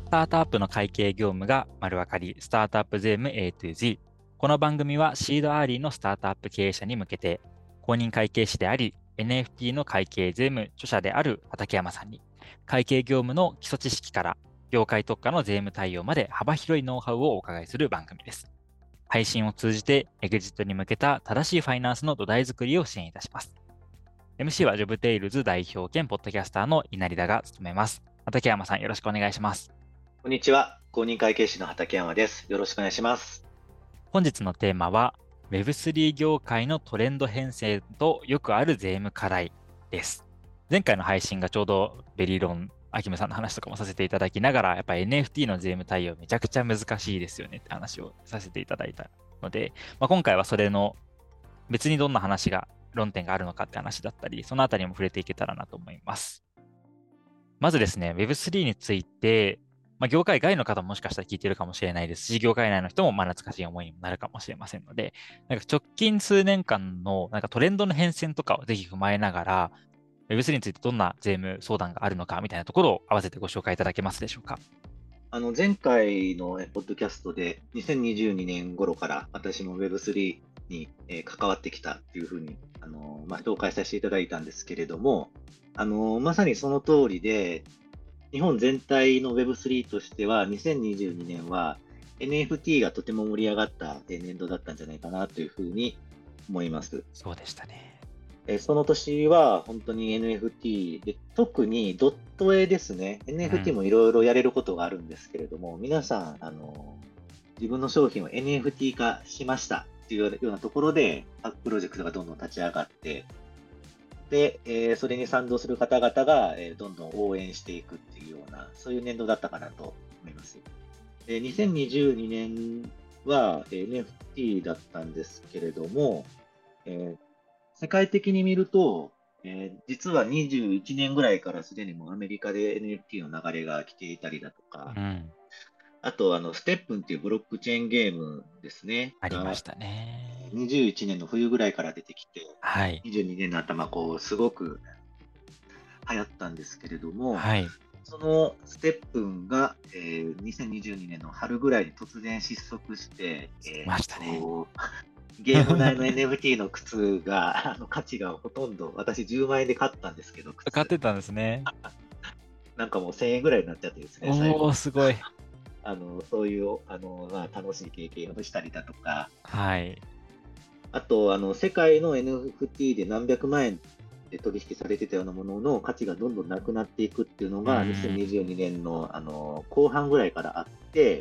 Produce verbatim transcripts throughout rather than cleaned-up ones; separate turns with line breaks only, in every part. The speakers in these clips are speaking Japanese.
タートアップの会計業務が丸分かり、スタートアップ税務 A to Z。この番組はシードアーリーのスタートアップ経営者に向けて、公認会計士であり、エヌエフティー の会計税務著者である畠山さんに、会計業務の基礎知識から業界特化の税務対応まで幅広いノウハウをお伺いする番組です。配信を通じてエグジットに向けた正しいファイナンスの土台作りを支援いたします。エムシー はジョブテイルズ代表兼ポッドキャスターの稲荷田が務めます。畠山さん、よろしくお願いします。
こんにちは。公認会計士の畠山です。よろしくお願いします。
本日のテーマは ウェブスリー 業界のトレンド変遷とよくある税務課題です。前回の配信がちょうどベリーロン、アキムさんの話とかもさせていただきながら、やっぱり エヌエフティー の税務対応めちゃくちゃ難しいですよねって話をさせていただいたので、まあ、今回はそれの別にどんな話が、論点があるのかって話だったり、そのあたりも触れていけたらなと思います。まずですね、ウェブスリー について、まあ、業界外の方ももしかしたら聞いてるかもしれないですし、業界内の人もまあ懐かしい思いにもなるかもしれませんので、なんか直近数年間のなんかトレンドの変遷とかをぜひ踏まえながら、ウェブスリー についてどんな税務相談があるのかみたいなところを合わせてご紹介いただけますでしょうか。
あの前回のポッドキャストでにせんにじゅうにねん頃から私も ウェブスリー に関わってきたっていうふうにあの、まあ、紹介させていただいたんですけれども、あのまさにその通りで、日本全体の ウェブスリー としてはにせんにじゅうにねんは エヌエフティー がとても盛り上がった年度だったんじゃないかなというふうに思います。
そうでしたね。
その年は本当に エヌエフティー で、特にドット絵ですね。エヌエフティー もいろいろやれることがあるんですけれども、うん、皆さん、あの、自分の商品を エヌエフティー 化しましたっていうようなところで、プロジェクトがどんどん立ち上がって、で、えー、それに賛同する方々が、えー、どんどん応援していくっていうような、そういう年度だったかなと思います。で、にせんにじゅうにねんは エヌエフティー だったんですけれども、えー、世界的に見ると、えー、実はにじゅういちねんぐらいからすでにもうアメリカで エヌエフティー の流れが来ていたりだとか、
うん、
あと、あの、ステップンっていうブロックチェーンゲームですね。
ありましたね。
にじゅういちねんの冬ぐらいから出てきて、
はい。
にじゅうにねんの頭、こう、すごく流行ったんですけれども、
はい。
そのステップンが、えー、にせんにじゅうにねんの春ぐらいに突然失速して、えー、
ましたね。
ゲーム内の エヌエフティー の靴が、あの価値がほとんど、私じゅうまんえんで買ったんですけど、
買ってたんですね。
なんかもうせんえんぐらいになっちゃってですね、最
おー、
後。
すごい。
あの、そういうあの、まあ、楽しい経験をしたりだとか、
はい。
あと、あの、世界の エヌエフティー で何百万円で取引されてたようなものの価値がどんどんなくなっていくっていうのが、にせんにじゅうにねんの、あの後半ぐらいからあって、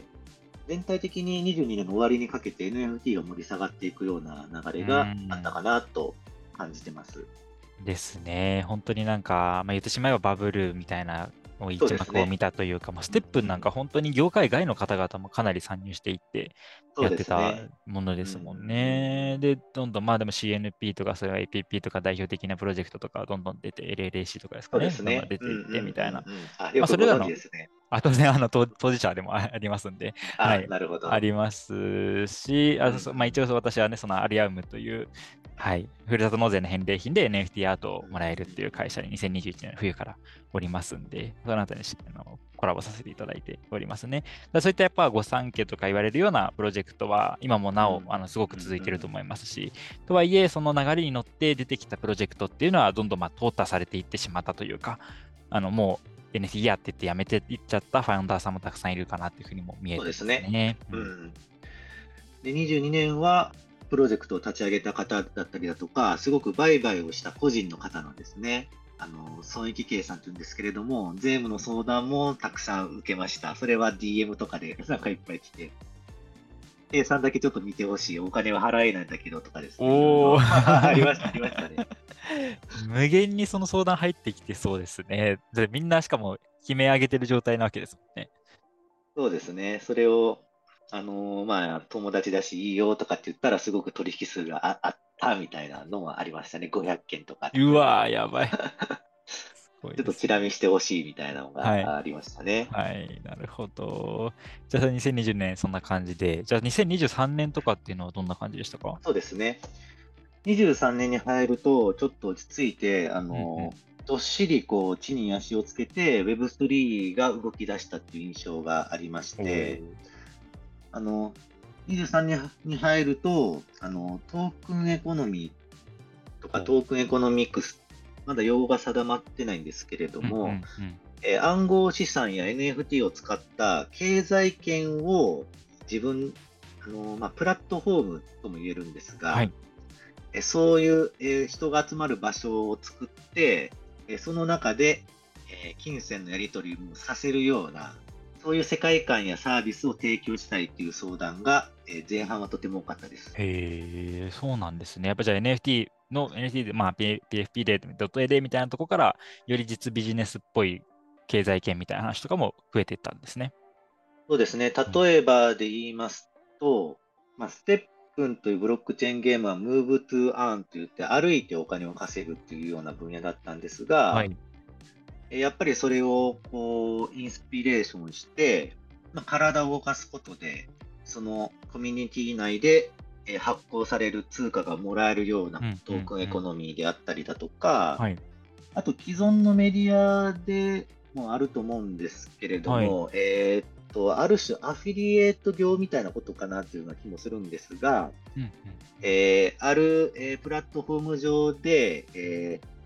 全体的ににじゅうにねんの終わりにかけて エヌエフティー が盛り下がっていくような流れがあったかなと感じてます。
ですね。本当になんか、まあ、言ってしまえばバブルみたいな一幕を見たというか、まあ、ステップなんか本当に業界外の方々もかなり参入していってやってたものですもんね。で、どんどんまあでも シーエヌピー とかそれは エーピーピー とか代表的なプロジェクトとかどんどん出て エルエルエーシー とかですかね。どんどん出ていってみたいな。
あ、よくご存知ですね。
あ、当然、あの、当事者でもありますんで、
あ、
はい、
なるほど。
ありますし、あまあ、一応私はね、そのアリアウムという、はい、ふるさと納税の返礼品で エヌエフティー アートをもらえるっていう会社ににせんにじゅういちねんの冬からおりますんで、そのあたりにあのコラボさせていただいておりますね。だそういったやっぱ御三家とか言われるようなプロジェクトは今もなお、あのすごく続いていると思いますし、とはいえ、その流れに乗って出てきたプロジェクトっていうのはどんどんまあ淘汰されていってしまったというか、あのもう エヌエフティー やってってやめていっちゃったファウンダーさんもたくさんいるかなっていうふうにも見えてますね。そうですね。
うん、でにじゅうにねんはプロジェクトを立ち上げた方だったりだとか、すごく売買をした個人の方なんですね。あの損益計算というんですけれども、税務の相談もたくさん受けました。それは ディーエム とかでなんかいっぱい来て、計算だけちょっと見てほしい、お金は払えないんだけどとかですね。
おー
ありました、ありましたね。
無限にその相談入ってきてそうですね。でみんなしかも決め上げてる状態なわけですもんね。
そうですね。それを、あのーまあ、友達だしいいよとかって言ったら、すごく取引数がああったみたいなのもありましたね。ごひゃっけんとか、
う
例えば。
わー、やばい。すごい
ちょっと
ですね。
チラ見してほしいみたいなの
はい。
がありましたね。
はい、なるほど。じゃあにせんにじゅうねんそんな感じで、じゃあにせんにじゅうさんねんとかっていうのはどんな感じでしたか？
そうですね。にじゅうさんねんに入ると、ちょっと落ち着いて、あの、うんうん、 どっしりこう地に足をつけて ウェブスリー が動き出したっていう印象がありまし
お
て、
ー
あの、にじゅうさんにに入ると、あの、トークンエコノミーとか
ほう。
トークンエコノミクス、まだ用語が定まってないんですけれど
うんう
も、
んうん。
えー暗号資産や エヌエフティー を使った経済圏を自分、あのまあ、プラットフォームとも言えるんですが、
はい。
えーそういう、えー人が集まる場所を作って、えーその中で、えー金銭のやり取りもさせるような、そういう世界観やサービスを提供したいという相談が、えー前半はとても多かったです。
へえ、そうなんですね。やっぱじゃあ エヌエフティー の エヌエフティー で、まあ、P- ピーエフピー で、ドット エー でみたいなところから、より実ビジネスっぽい経済圏みたいな話とかも増えていったんですね。
そうですね。
うん。
例えばで言いますと、まあ、ステップンというブロックチェーンゲームは Move to Earn といって歩いてお金を稼ぐっていうような分野だったんですが、
はい。
えやっぱりそれをこうインスピレーションして、まあ、体を動かすことで、そのコミュニティ内でえー発行される通貨がもらえるような
うんう
トークンエコ
んうん。
ノミーであったりだとか、
はい。
あと既存のメディアでもあると思うんですけれど
はい。
も、えーっと、ある種アフィリエイト業みたいなことかなというような気もするんですが、
うんうんうん。
えーある、えープラットフォーム上で、えー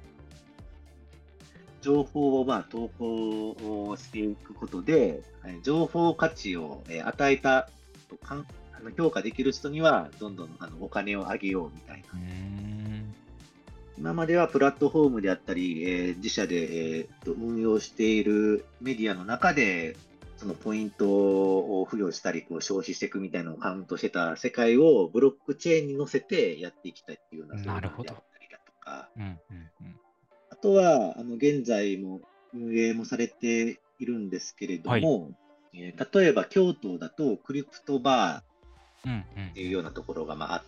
情報をまあ投稿をしていくことで、えー情報価値をえー与えたとかんあの評価できる人には、どんどんあのお金をあげようみたいな。
うーん。
今まではプラットフォームであったり、えー自社で、えーっと運用しているメディアの中で、そのポイントを付与したり、こう消費していくみたいなのをカウントしてた世界をブロックチェーンに乗せてやっていきたいっていうような相談であっ
なるほど。
たりだとか、
うんうんうん。
あとは、あの現在も運営もされているんですけれど
はい。
も、えー例えば京都だとクリプトバーっ
うんうんうん。
ていうようなところがまああって、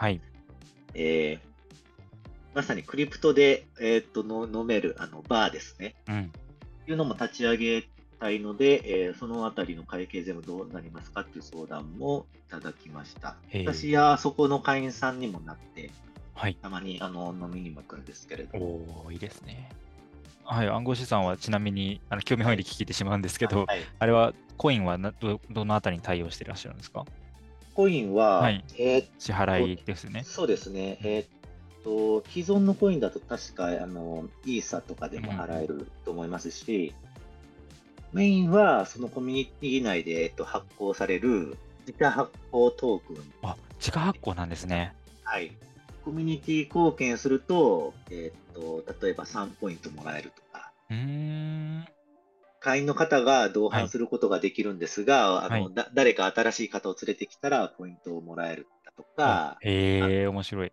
はい。
えーまさにクリプトで、えーっとの飲めるあのバーですね。
うん。
いうのも立ち上げたいので、えーそのあたりの会計全部どうなりますかっていう相談もいただきました。
へえ。
私はそこの会員さんにもなって、
はい。
たまにあの飲みにも行くんですけれども。
おー、いいですね。はい。暗号資産はちなみに、あの興味本位で
はい。
聞いてしまうんですけ
あ、
ど、
はい。
あれは、コインはなど、どのあたりに対応していらっしゃるんですか？
コインは、
はい。
えーっ
支払
と、
いですよね。
そうですね。
うん。
えーっと、既存のコインだと確か、あの、イーサとかで
うんう
も払え
ん。
ると思いますし、メインはそのコミュニティ内で、えっと、発行される自家発行トークン。
あ、自家発行なんですね。
はい。コミュニティ貢献すると、えーっと、例えばさんポイントもらえるとか、
うーん。
会員の方が同
はい。
伴することができるんですが、あ
はい。
の、だ、誰か新しい方を連れてきたらポイントをもらえるだと
あ、
か、あ
へえ、面白い。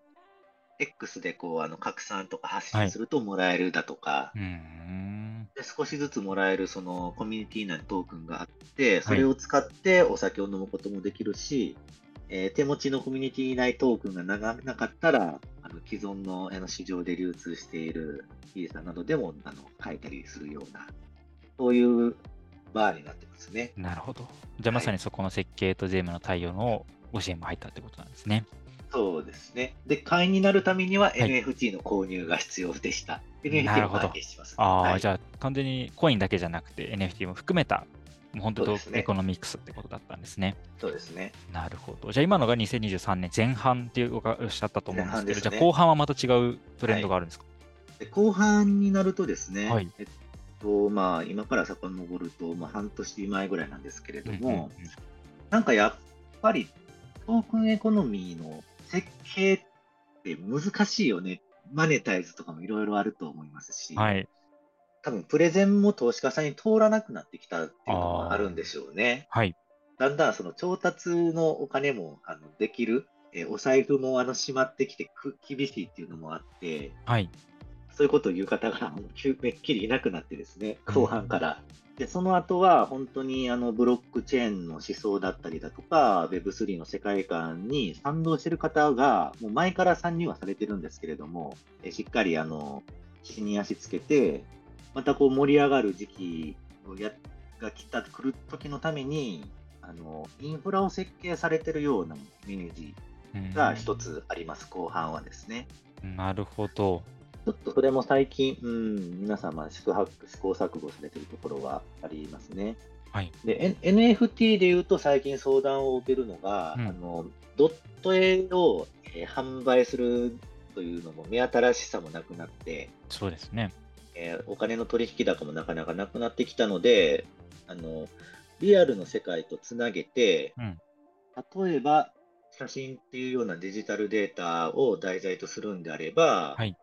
X でこう、あの、拡散とか発
はい。
信するともらえるだとか、
うーん。
で、少しずつもらえるそのコミュニティ内のトークンがあって、そ
はい。
れを使ってお酒を飲むこともできるし、えー手持ちのコミュニティ内トークンがながなかったら、あの既存のあの市場で流通しているイーサなどでもあの買えたりするような、そういうバーになってますね。
なるほど。じゃあま
はい。
さにそこの設計と税務の対応のご支援も入ったってことなんですね。
そうですね。で、会員になるためには
はい。
エヌエフティー の購入が必要でした。
な
エヌエフティー も関
るほど。
係します。
ああ、
はい。
じゃあ完全にコインだけじゃなくて エヌエフティー も含めた、もう本当とエ
そうですね。
コノミクスってことだったんですね。
そうですね。
なるほど。じゃあ今のがにせんにじゅうさんねん前半っていうおっしゃったと思
前
うんですけど、じゃあ
半ですね。
後半はまた違うトレ
はい。
ンドがあるんですか？
で後半になるとですね、
はい。
えっと、まあ、今から遡ると、まあ、半年前ぐらいなんですけれ
うんうん
ども、
うん。
なんかやっぱりトークンエコノミーの設計って難しいよね。マネタイズとかもいろいろあると思いますし、
はい。
多分プレゼンも投資家さんに通らなくなってきたっていうのもある
ああ、
んでしょうね。
はい。
だんだんその調達のお金もあのできる、えーお財布もあの閉まってきてく厳しいっていうのもあって、
はい。
そういうことを言う方がもうきめっきりいなくなってですね、
う
後半か
ん。
ら。で、その後は本当にあのブロックチェーンの思想だったりだとか、ウェブスリー の世界観に賛同している方が、もう前から参入はされてるんですけれども、えしっかりあの、地に足つけて、またこう盛り上がる時期をやが来た、来る時のために、あの、インフラを設計されてるようなイメージ
う
が一
ん。
つあります、後半はですね。
なるほど。
ちょっとそれも最近、うん、皆さん、まあ試行試行錯誤されているところはありますね。
はい。
で、N- エヌエフティー で言うと最近相談を受けるのが、
うん。
あの、ドット絵を、えー販売するというのも目新しさもなくなって、
そうですね。
えーお金の取引高もなかなかなくなってきたので、あの、リアルの世界とつなげて、
うん。
例えば写真っていうようなデジタルデータを題材とするんであれば、
はい。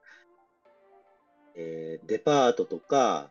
えーデパートとか、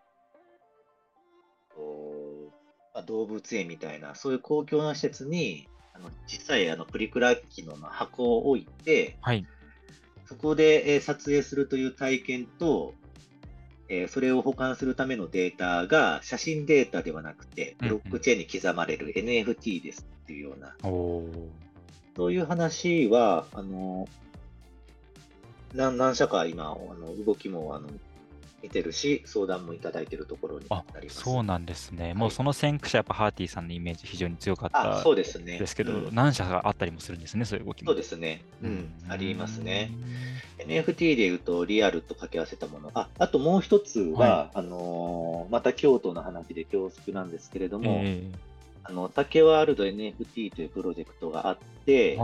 とまあ、動物園みたいな、そういう公共な施設に、あの実際あのプリクラ機のまあ箱を置いて、
はい。
そこで、えー撮影するという体験と、えーそれを保管するためのデータが写真データではなくて、ブロック
うんうん。
チェーンに刻まれる エヌエフティー ですっていうような、
おお。
そういう話は、あの、何何社か今、あの動きもあの見てるし、相談もいただいているところに
あ、
なります。
そうなんですね。も
はい。
うその先駆者、やっぱハーティーさんのイメージ非常に強かっ
あ、
た
そうですね。
ですけど、
うん。
何社があったりもするんですね、そういう動き
そう
も。
ですね。
うー
うん。ありますね。
ん。
エヌエフティー で言うと、リアルと掛け合わせたもの。あ、あともう一つ
はい。
は、あのーまた京都の話で恐縮なんですけれども、
え
あの、竹ワールド エヌエフティー というプロジェクトがあって、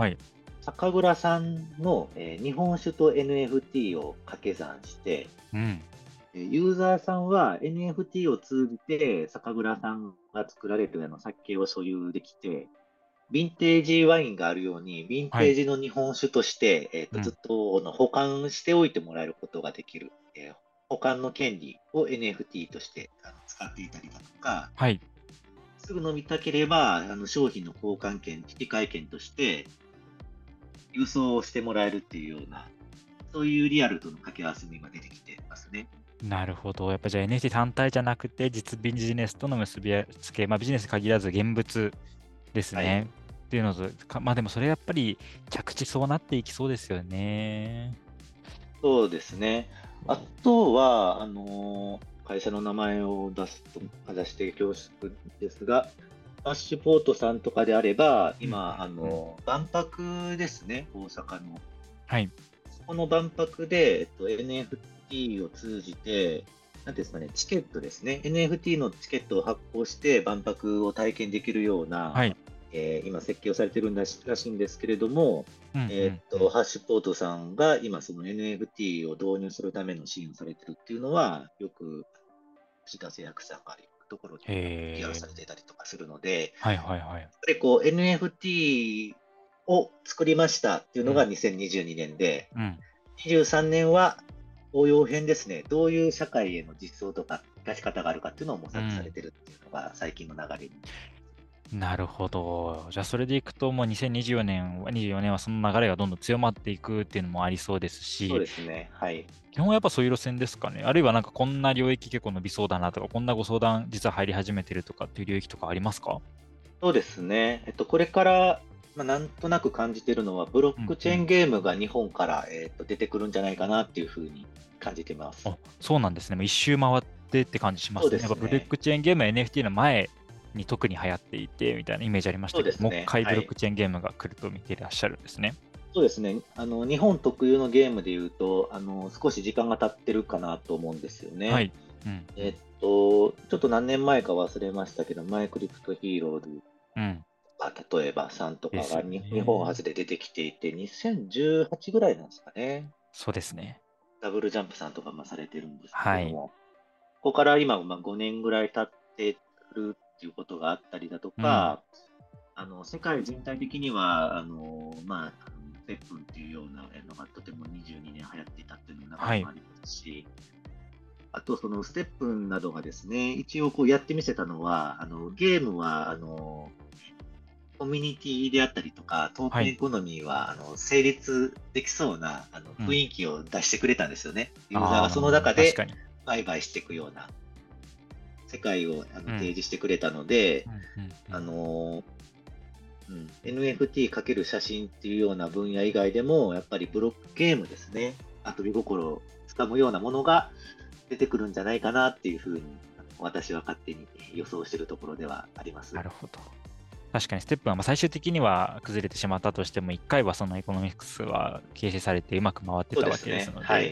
ー、はい。
酒蔵さんの、えー日本酒と エヌエフティー を掛け算して、
うん。
えーユーザーさんは エヌエフティー を通じて酒蔵さんが作られるあの酒を所有できて、ヴィンテージワインがあるように、ヴィン
はい。
テージの日本酒として、えーと、ずっ
うん。
とあの保管しておいてもらえることができる、えー保管の権利を エヌエフティー としてあの使っていたりだとか、
はい。
すぐ飲みたければ、あの商品の交換権、引換権として郵送をしてもらえるっていうような、そういうリアルとの掛け合わせも今出てきてますね。
なるほど。やっぱじゃあ エヌエフティー 単体じゃなくて、実ビジネスとの結びつけ、まあビジネスに限らず現物です
はい。
ね。っていうのと、かまあでもそれやっぱり着地そうなっていきそうですよね。
そうですね。あとは、あのー会社の名前を出すと、出して恐縮ですが、パッシュポートさんとかであれば、
うんうん
今、あ
うん。
のー万博ですね、大阪の。
はい。
そこの万博で、えっと、エヌエフティー を通じて、なんていうんですかね、チケットですね。エヌエフティー のチケットを発行して万博を体験できるような、
はい。
えー今設計をされてるんだしらしいんですけれども、
うんう
えーっと、
んうん。
ハッシュポートさんが今その エヌエフティー を導入するための支援をされてるっていうのは、よく吉田製薬さんがいるところで ピーアール
へえ。
されていたりとかするので、やっ
はいはいはい。
ぱりこう エヌエフティー を作りましたっていうのが
うん。
にせんにじゅうにねんで、
うん。
にじゅうさんねんは応用編ですね。どういう社会への実装とか出し方があるかっていうのを模索され
うん。
てるっていうのが最近の流れに。
なるほど。じゃあそれでいくと、もうにせんにじゅうよねんは、にじゅうよねんはその流れがどんどん強まっていくっていうのもありそうです
そう
し、
ですね。はい。
基本はやっぱそういう路線ですかね。あるいはなんかこんな領域結構伸びそうだなとか、こんなご相談実は入り始めてるとかっていう領域とかありますか？
そうですね。えっと、これから、まあ、なんとなく感じてるのは、ブロックチェーン
うんうん。
ゲームが日本から、えっと、出てくるんじゃないかなっていうふうに感じてます。
あ、そうなんですね。もう一周回ってって感じしま
そうで
すね。やっぱブロッ
すね。
クチェーンゲームは エヌエフティー の前に特に流行っていてみたいなイメージありまし
そう
たけど、もう一
ですね。
回ブロッ
はい。
クチェーンゲームが来ると見ていらっしゃるんですね。
そうですね。あの、日本特有のゲームで言うと、あの、少し時間が経ってるかなと思うんですよね。
はい。うんう
えっ
ん。
と、ちょっと何年前か忘れましたけど、マイクリプトヒーローズ
うん。
が、例えばさんと
ですよ
かがに日本
ね。
初で出てきていて、にせんじゅうはちぐらいなんですかね。
そうですね。
ダブルジャンプさんとかもされてるんですけれ
はい。
ども、ここから今、まあ、ごねんぐらい経ってるっていうことがあったりだと
うん。
か、あの世界全体的には、あのまあ、あのセップンっていうようなのがとてもにじゅうにねん流行っていたっていうの流
はい。
れもありますし、あとそのステップンなどがですね、一応こうやってみせたのは、あのゲームはあのコミュニティであったりとか、トー
はい。
クンエコノミーはあの成立できそうなあの
うん。
雰囲気を出してくれたんですよね。ユーザーがその
ああ、
中で
確かに。
売買していくような世界をあの
うん。
提示してくれたので、
うんうんう
あ
ん。
のうん、エヌエフティー× 写真っていうような分野以外でも、やっぱりブロックゲームですね、遊び心をつかむようなものが出てくるんじゃないかなっていうふうに、私は勝手に予想しているところではあります。
なるほど。確かにステップはまあ最終的には崩れてしまったとしても、いっかいはそのエコノミクスは形成されてうまく回って
そう
たわけです
ですね。
ので、
はい。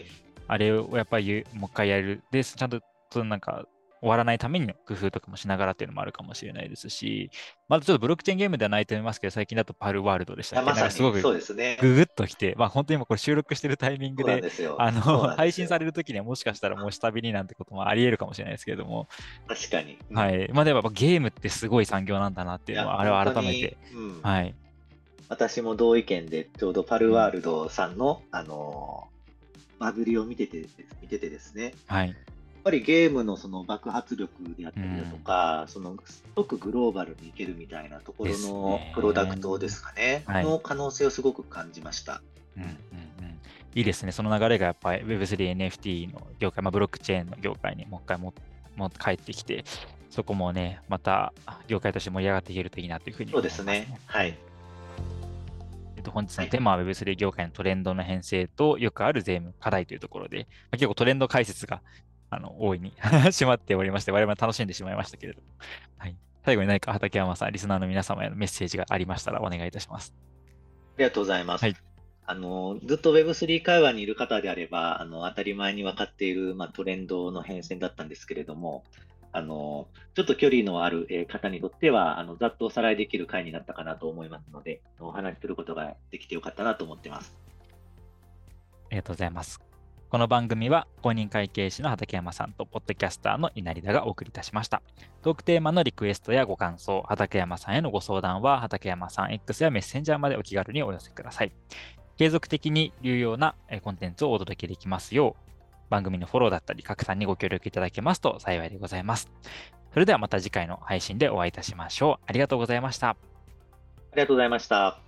あれをやっぱりもう一回やる。で、ちゃんと、そのなんか、終わらないためにの工夫とかもしながらっていうのもあるかもしれないですし、まだちょっとブロックチェーンゲームではないと思いますけど、最近だとパルワールドでし
いや、
たっけ？
まさに
なんかすごく
そうですね。
ググッときて、まあ本当に今これ収録してるタイミング
そうなん
で、
ですよ。
あの、
そうなんで
配
すよ。
信されるときにはもしかしたらもう下火になんてこともあり得るかもしれないですけれども、
確かに。うん、
はい。まあでもやっぱゲームってすごい産業なんだなって
いや、
いうのは、あれ
本
は
当に、
改めて、
うん、
はい。
私も同意見で、ちょうどパ
うん、
ルワールドさんの、あのーバズりを見てて、見ててですね、やっ
はい。
ぱりゲームのその爆発力であっ
う
たりだと
ん。
か、そのすごくグローバルにいけるみたいなところ
です
のプロダク
ね。
トですかね、
はい。
の可能性をすごく感じました。
うんうんうん。いいですね。その流れがやっぱり ウェブスリー、エヌエフティー の業界、まあ、ブロックチェーンの業界にもう一回もも帰ってきて、そこもね、また業界として盛り上がっていけるといいなというふうに
そうで
思いますね。
すね。はい。
えっと、本日
はい。
のテーマは ウェブスリー 業界のトレンドの変遷とよくある税務課題というところで、まあ、結構トレンド解説があの大いに占まっておりまして、我々楽しんでしまいましたけれども。はい。最後に何か畠山さん、リスナーの皆様へのメッセージがありましたらお願いいたします。
ありがとうございます。
はい。
あの、ずっと ウェブスリー 会話にいる方であれば、あの、当たり前に分かっている、まあ、トレンドの変遷だったんですけれども、あの、ちょっと距離のあるえー方にとっては、あの、ざっとおさらいできる回になったかなと思いますので、お話しすることができてよかったなと思ってます。
ありがとうございます。この番組は公認会計士の畠山さんとポッドキャスターの稲荷田がお送りいたしました。トークテーマのリクエストやご感想、畠山さんへのご相談は畠山さん X やメッセンジャーまでお気軽にお寄せください。継続的に有用なコンテンツをお届けできますよう、番組のフォローだったり拡散にご協力いただけますと幸いでございます。それではまた次回の配信でお会いいたしましょう。ありがとうございました。
ありがとうございました。